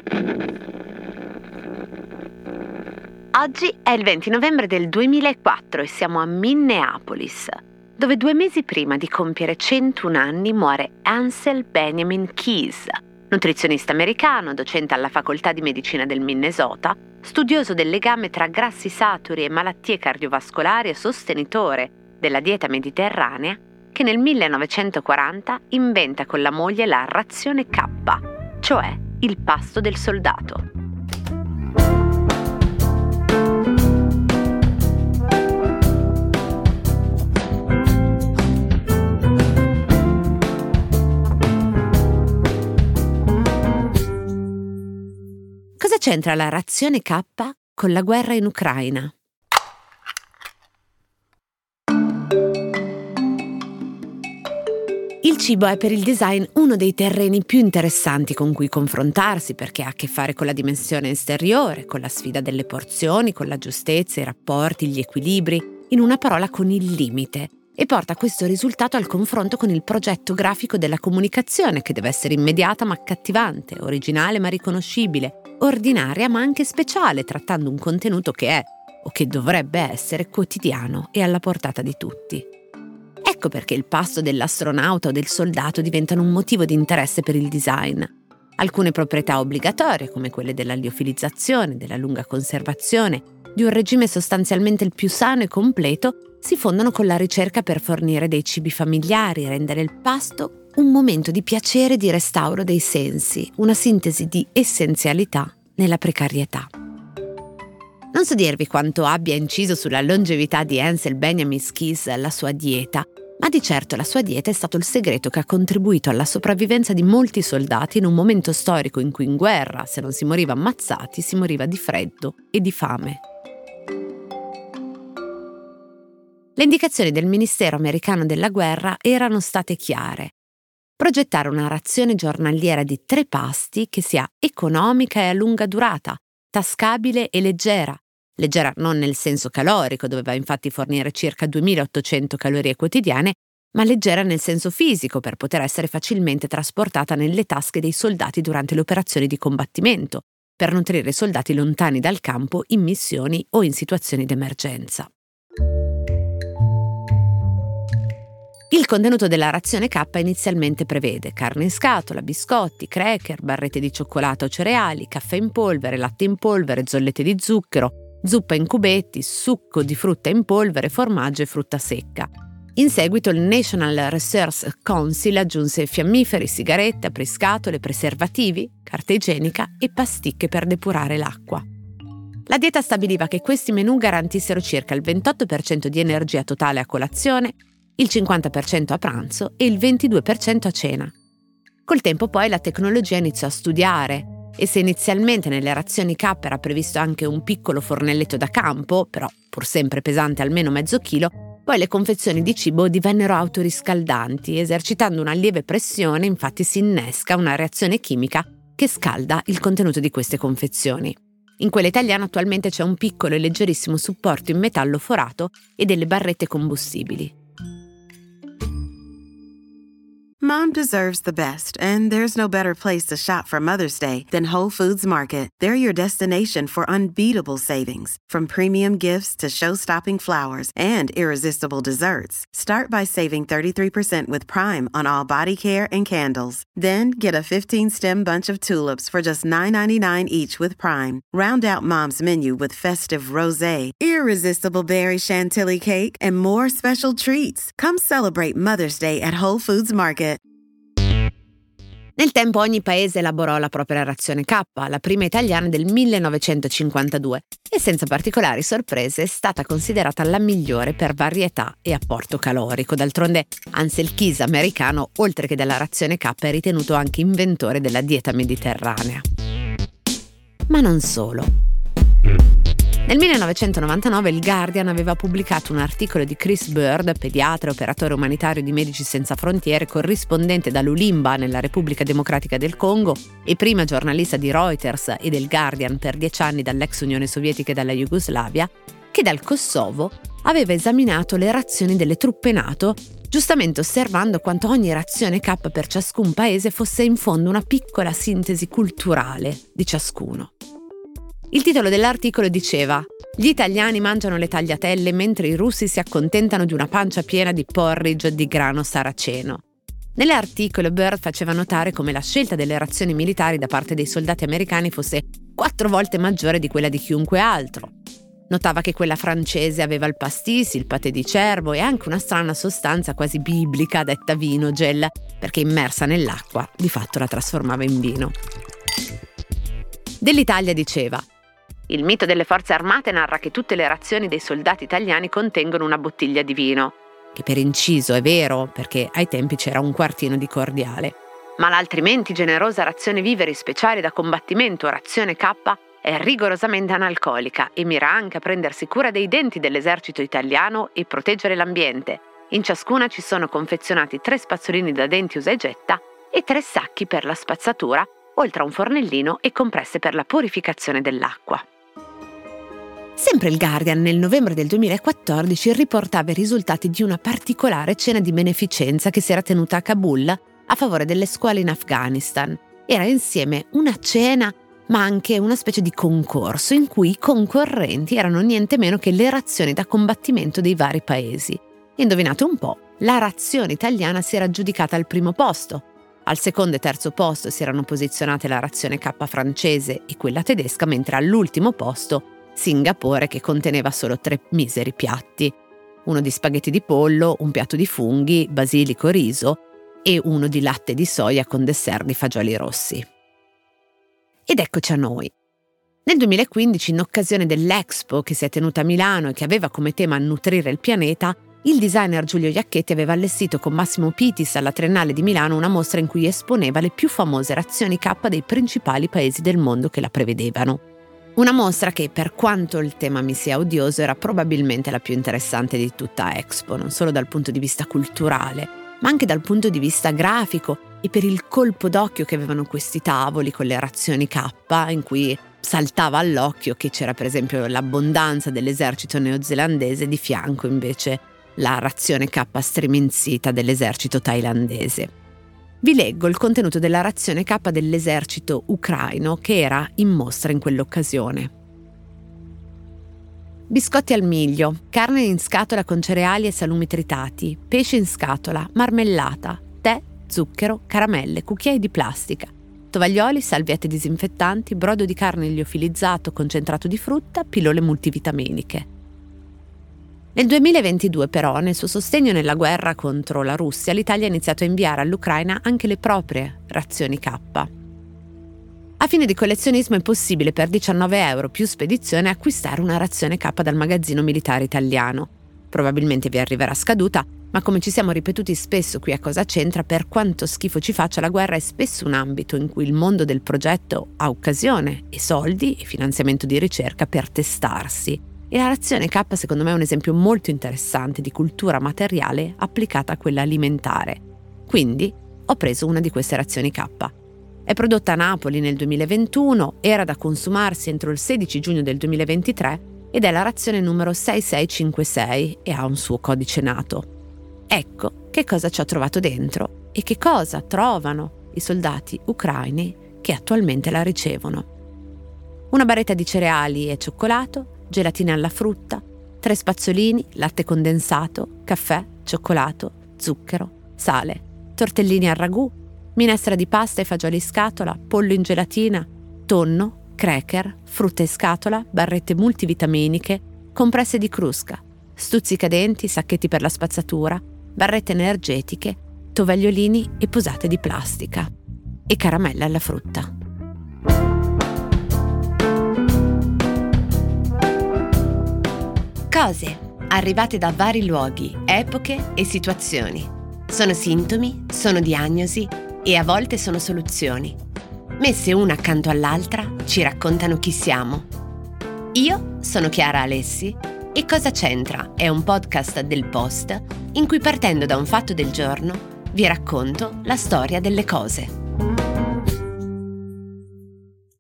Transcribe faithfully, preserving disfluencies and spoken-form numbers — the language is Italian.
Oggi è il venti novembre del duemilaquattro e siamo a Minneapolis, dove due mesi prima di compiere centuno anni muore Ansel Benjamin Keys, nutrizionista americano, docente alla facoltà di medicina del Minnesota, studioso del legame tra grassi saturi e malattie cardiovascolari e sostenitore della dieta mediterranea, che nel millenovecentoquaranta inventa con la moglie la razione K, cioè il pasto del soldato. Cosa c'entra la razione K con la guerra in Ucraina? Il cibo è per il design uno dei terreni più interessanti con cui confrontarsi, perché ha a che fare con la dimensione esteriore, con la sfida delle porzioni, con la giustezza, i rapporti, gli equilibri, in una parola con il limite, e porta questo risultato al confronto con il progetto grafico della comunicazione, che deve essere immediata ma accattivante, originale ma riconoscibile, ordinaria ma anche speciale, trattando un contenuto che è, o che dovrebbe essere, quotidiano e alla portata di tutti. Ecco perché il pasto dell'astronauta o del soldato diventano un motivo di interesse per il design. Alcune proprietà obbligatorie, come quelle della liofilizzazione, della lunga conservazione, di un regime sostanzialmente il più sano e completo, si fondono con la ricerca per fornire dei cibi familiari e rendere il pasto un momento di piacere e di restauro dei sensi, una sintesi di essenzialità nella precarietà. Non so dirvi quanto abbia inciso sulla longevità di Ansel Benjamin Keys la sua dieta, ma di certo la sua dieta è stato il segreto che ha contribuito alla sopravvivenza di molti soldati in un momento storico in cui in guerra, se non si moriva ammazzati, si moriva di freddo e di fame. Le indicazioni del Ministero americano della guerra erano state chiare. Progettare una razione giornaliera di tre pasti che sia economica e a lunga durata, tascabile e leggera. Leggera non nel senso calorico, doveva infatti fornire circa duemilaottocento calorie quotidiane, ma leggera nel senso fisico, per poter essere facilmente trasportata nelle tasche dei soldati durante le operazioni di combattimento, per nutrire i soldati lontani dal campo in missioni o in situazioni d'emergenza. Il contenuto della razione K inizialmente prevede carne in scatola, biscotti, cracker, barrette di cioccolato o cereali, caffè in polvere, latte in polvere, zollette di zucchero, zuppa in cubetti, succo di frutta in polvere, formaggio e frutta secca. In seguito il National Research Council aggiunse fiammiferi, sigarette, apriscatole, preservativi, carta igienica e pasticche per depurare l'acqua. La dieta stabiliva che questi menù garantissero circa il ventotto per cento di energia totale a colazione, il cinquanta per cento a pranzo e il ventidue per cento a cena. Col tempo poi la tecnologia iniziò a studiare e se inizialmente nelle razioni K era previsto anche un piccolo fornelletto da campo, però pur sempre pesante almeno mezzo chilo, poi le confezioni di cibo divennero autoriscaldanti. Esercitando una lieve pressione, infatti, si innesca una reazione chimica che scalda il contenuto di queste confezioni. In quella italiana attualmente c'è un piccolo e leggerissimo supporto in metallo forato e delle barrette combustibili. Mom deserves the best, and there's no better place to shop for Mother's Day than Whole Foods Market. They're your destination for unbeatable savings, from premium gifts to show-stopping flowers and irresistible desserts. Start by saving thirty-three percent with Prime on all body care and candles. Then get a fifteen-stem bunch of tulips for just nine ninety-nine each with Prime. Round out Mom's menu with festive rosé, irresistible berry chantilly cake, and more special treats. Come celebrate Mother's Day at Whole Foods Market. Nel tempo ogni paese elaborò la propria razione K, la prima italiana del millenovecentocinquantadue, e senza particolari sorprese è stata considerata la migliore per varietà e apporto calorico. D'altronde Ansel Keys, americano, oltre che della razione K, è ritenuto anche inventore della dieta mediterranea. Ma non solo. Nel millenovecentonovantanove il Guardian aveva pubblicato un articolo di Chris Bird, pediatra e operatore umanitario di Medici Senza Frontiere, corrispondente da Lulimba nella Repubblica Democratica del Congo e prima giornalista di Reuters e del Guardian per dieci anni dall'ex Unione Sovietica e dalla Jugoslavia, che dal Kosovo aveva esaminato le razioni delle truppe NATO giustamente osservando quanto ogni razione K per ciascun paese fosse in fondo una piccola sintesi culturale di ciascuno. Il titolo dell'articolo diceva: «Gli italiani mangiano le tagliatelle mentre i russi si accontentano di una pancia piena di porridge di grano saraceno». Nell'articolo Bird faceva notare come la scelta delle razioni militari da parte dei soldati americani fosse quattro volte maggiore di quella di chiunque altro. Notava che quella francese aveva il pastis, il patè di cervo e anche una strana sostanza quasi biblica detta vino gel, perché immersa nell'acqua di fatto la trasformava in vino. Dell'Italia diceva: «Il mito delle forze armate narra che tutte le razioni dei soldati italiani contengono una bottiglia di vino», che per inciso è vero, perché ai tempi c'era un quartino di cordiale. «Ma l'altrimenti generosa razione viveri speciali da combattimento, razione K, è rigorosamente analcolica e mira anche a prendersi cura dei denti dell'esercito italiano e proteggere l'ambiente. In ciascuna ci sono confezionati tre spazzolini da denti usa e getta e tre sacchi per la spazzatura, oltre a un fornellino e compresse per la purificazione dell'acqua». Sempre il Guardian nel novembre del duemilaquattordici riportava i risultati di una particolare cena di beneficenza che si era tenuta a Kabul a favore delle scuole in Afghanistan. Era insieme una cena ma anche una specie di concorso in cui i concorrenti erano niente meno che le razioni da combattimento dei vari paesi. Indovinate un po', la razione italiana si era aggiudicata al primo posto. Al secondo e terzo posto si erano posizionate la razione K francese e quella tedesca, mentre all'ultimo posto Singapore, che conteneva solo tre miseri piatti. Uno di spaghetti di pollo, un piatto di funghi, basilico, riso e uno di latte di soia con dessert di fagioli rossi. Ed eccoci a noi. Nel duemilaquindici, in occasione dell'Expo che si è tenuta a Milano e che aveva come tema nutrire il pianeta, il designer Giulio Iacchetti aveva allestito con Massimo Pitis alla Triennale di Milano una mostra in cui esponeva le più famose razioni K dei principali paesi del mondo che la prevedevano. Una mostra che, per quanto il tema mi sia odioso, era probabilmente la più interessante di tutta Expo, non solo dal punto di vista culturale, ma anche dal punto di vista grafico e per il colpo d'occhio che avevano questi tavoli con le razioni K, in cui saltava all'occhio che c'era per esempio l'abbondanza dell'esercito neozelandese, di fianco invece la razione K striminzita dell'esercito thailandese. Vi leggo il contenuto della razione K dell'esercito ucraino che era in mostra in quell'occasione. Biscotti al miglio, carne in scatola con cereali e salumi tritati, pesce in scatola, marmellata, tè, zucchero, caramelle, cucchiai di plastica, tovaglioli, salviette disinfettanti, brodo di carne liofilizzato, concentrato di frutta, pillole multivitaminiche. Nel duemilaventidue però, nel suo sostegno nella guerra contro la Russia, l'Italia ha iniziato a inviare all'Ucraina anche le proprie razioni K. A fine di collezionismo è possibile per diciannove euro più spedizione acquistare una razione K dal magazzino militare italiano. Probabilmente vi arriverà scaduta, ma come ci siamo ripetuti spesso qui a Cosa c'entra, per quanto schifo ci faccia, la guerra è spesso un ambito in cui il mondo del progetto ha occasione e soldi e finanziamento di ricerca per testarsi. E la razione K secondo me è un esempio molto interessante di cultura materiale applicata a quella alimentare. Quindi ho preso una di queste razioni K. È prodotta a Napoli nel duemilaventuno, era da consumarsi entro il sedici giugno del duemilaventitré ed è la razione numero sei sei cinque sei e ha un suo codice nato. Ecco che cosa ci ho trovato dentro e che cosa trovano i soldati ucraini che attualmente la ricevono. Una barretta di cereali e cioccolato, gelatine alla frutta, tre spazzolini, latte condensato, caffè, cioccolato, zucchero, sale, tortellini al ragù, minestra di pasta e fagioli in scatola, pollo in gelatina, tonno, cracker, frutta in scatola, barrette multivitaminiche, compresse di crusca, stuzzicadenti, sacchetti per la spazzatura, barrette energetiche, tovagliolini e posate di plastica e caramelle alla frutta. Cose arrivate da vari luoghi, epoche e situazioni. Sono sintomi, sono diagnosi e a volte sono soluzioni. Messe una accanto all'altra ci raccontano chi siamo. Io sono Chiara Alessi e Cosa c'entra è un podcast del Post in cui, partendo da un fatto del giorno, vi racconto la storia delle cose.